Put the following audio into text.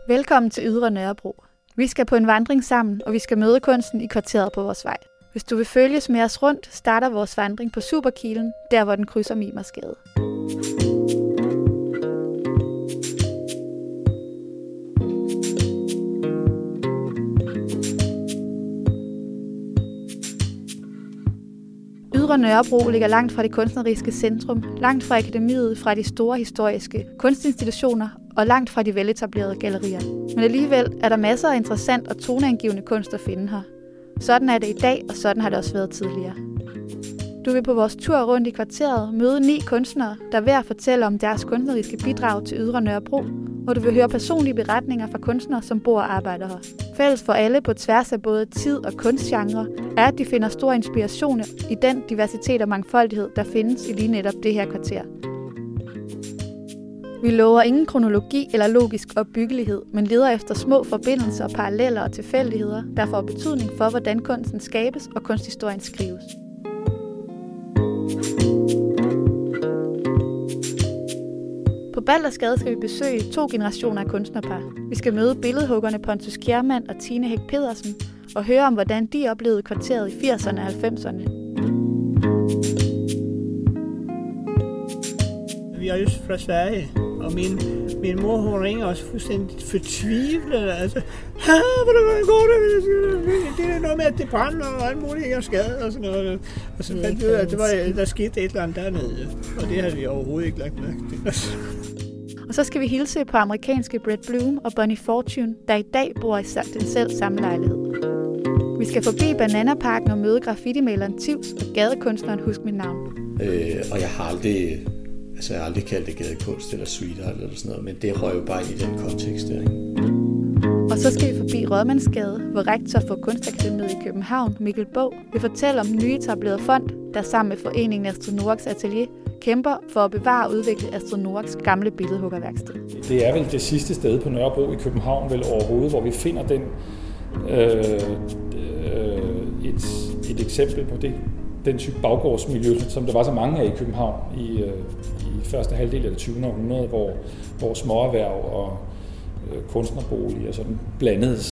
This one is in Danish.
Velkommen til Ydre Nørrebro. Vi skal på en vandring sammen, og vi skal møde kunsten i kvarteret på vores vej. Hvis du vil følges med os rundt, starter vores vandring på Superkilen, der hvor den krydser Mimersgade. Ydre Nørrebro ligger langt fra det kunstneriske centrum, langt fra akademiet, fra de store historiske kunstinstitutioner og langt fra de veletablerede gallerier. Men alligevel er der masser af interessant og toneangivende kunst at finde her. Sådan er det i dag, og sådan har det også været tidligere. Du vil på vores tur rundt i kvarteret møde 9 kunstnere, der hver fortæller om deres kunstneriske bidrag til Ydre Nørrebro, og du vil høre personlige beretninger fra kunstnere, som bor og arbejder her. Fælles for alle på tværs af både tid og kunstgenre er, at de finder stor inspiration i den diversitet og mangfoldighed, der findes i lige netop det her kvarter. Vi lover ingen kronologi eller logisk opbyggelighed, men leder efter små forbindelser, paralleller og tilfældigheder, der får betydning for, hvordan kunsten skabes og kunsthistorien skrives. På Baldersgade skal vi besøge 2 generationer af kunstnerpar. Vi skal møde billedhuggerne Pontus Kjærmand og Tine Hæk Pedersen og høre om, hvordan de oplevede kvarteret i 80'erne og 90'erne. Vi er jo fra Sverige, og min mor, hun ringer også fuldstændig fortvivlet. Altså, hvordan går det? Det er noget med, at det brænder og alt muligt og skade og sådan noget. Og så fandt vi ud af, at der skete et eller andet dernede, og det havde vi overhovedet ikke lagt mærke til. Og så skal vi hilse på amerikanske Brett Bloom og Bonnie Fortune, der i dag bor i den selv samme lejlighed. Vi skal forbi Bananaparken og møde graffitimaleren Tivs og gadekunstneren Husk Mit Navn. Og jeg har aldrig kaldt det gadekunst eller street art eller sådan noget, men det røg jo bare ind i den kontekst der, ikke? Og så skal vi forbi Rådmandsgade, hvor rektor for Kunstakademiet i København, Mikkel Bog, vil fortælle om den nye etablerede fond, der sammen med foreningen Astrid Noaks Atelier kæmper for at bevare og udvikle Astrid Noaks gamle billedhuggerværksted. Det er vel det sidste sted på Nørrebro i København vel overhovedet, hvor vi finder den et eksempel på det. Den type baggårdsmiljø, som der var så mange af i København i første halvdel af det 20. århundrede, hvor småerhverv og kunstnerboliger sådan blandedes